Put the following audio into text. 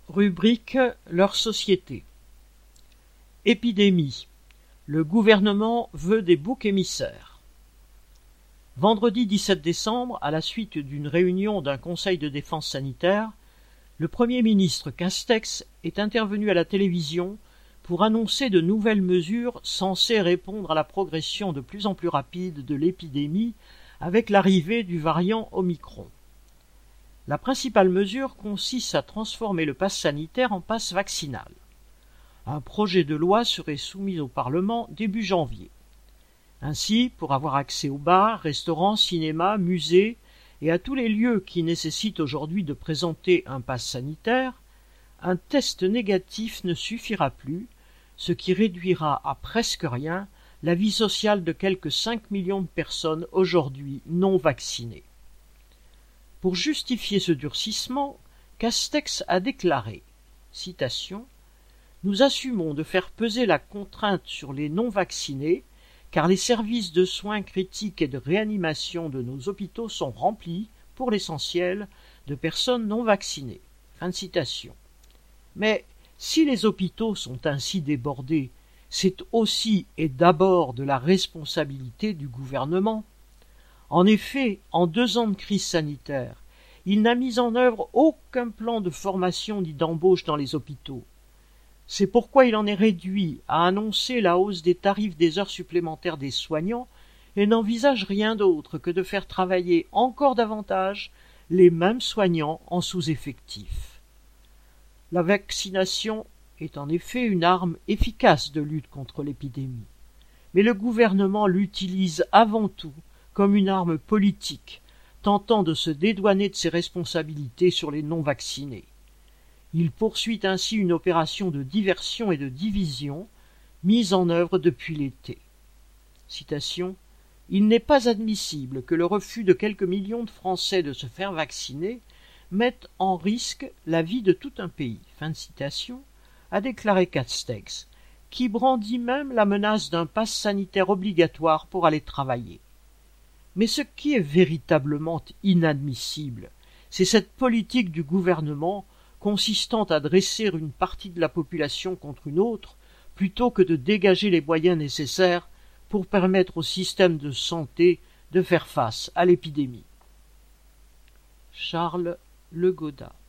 Rubrique leur société. Épidémie. Le gouvernement veut des boucs émissaires. Vendredi 17 décembre, à la suite d'une réunion d'un conseil de défense sanitaire, le Premier ministre Castex est intervenu à la télévision pour annoncer de nouvelles mesures censées répondre à la progression de plus en plus rapide de l'épidémie avec l'arrivée du variant Omicron. La principale mesure consiste à transformer le pass sanitaire en pass vaccinal. Un projet de loi serait soumis au Parlement début janvier. Ainsi, pour avoir accès aux bars, restaurants, cinémas, musées et à tous les lieux qui nécessitent aujourd'hui de présenter un pass sanitaire, un test négatif ne suffira plus, ce qui réduira à presque rien la vie sociale de quelques 5 millions de personnes aujourd'hui non vaccinées. Pour justifier ce durcissement, Castex a déclaré, citation, « Nous assumons de faire peser la contrainte sur les non-vaccinés, car les services de soins critiques et de réanimation de nos hôpitaux sont remplis, pour l'essentiel, de personnes non vaccinées. » Fin de citation. Mais si les hôpitaux sont ainsi débordés, c'est aussi et d'abord de la responsabilité du gouvernement. En effet, en 2 ans de crise sanitaire, il n'a mis en œuvre aucun plan de formation ni d'embauche dans les hôpitaux. C'est pourquoi il en est réduit à annoncer la hausse des tarifs des heures supplémentaires des soignants et n'envisage rien d'autre que de faire travailler encore davantage les mêmes soignants en sous-effectif. La vaccination est en effet une arme efficace de lutte contre l'épidémie, mais le gouvernement l'utilise avant tout comme une arme politique, tentant de se dédouaner de ses responsabilités sur les non-vaccinés. Il poursuit ainsi une opération de diversion et de division mise en œuvre depuis l'été. Citation, « Il n'est pas admissible que le refus de quelques millions de Français de se faire vacciner mette en risque la vie de tout un pays. » Fin de citation, a déclaré Castex, qui brandit même la menace d'un pass sanitaire obligatoire pour aller travailler. Mais ce qui est véritablement inadmissible, c'est cette politique du gouvernement consistant à dresser une partie de la population contre une autre, plutôt que de dégager les moyens nécessaires pour permettre au système de santé de faire face à l'épidémie. Charles Le Goda.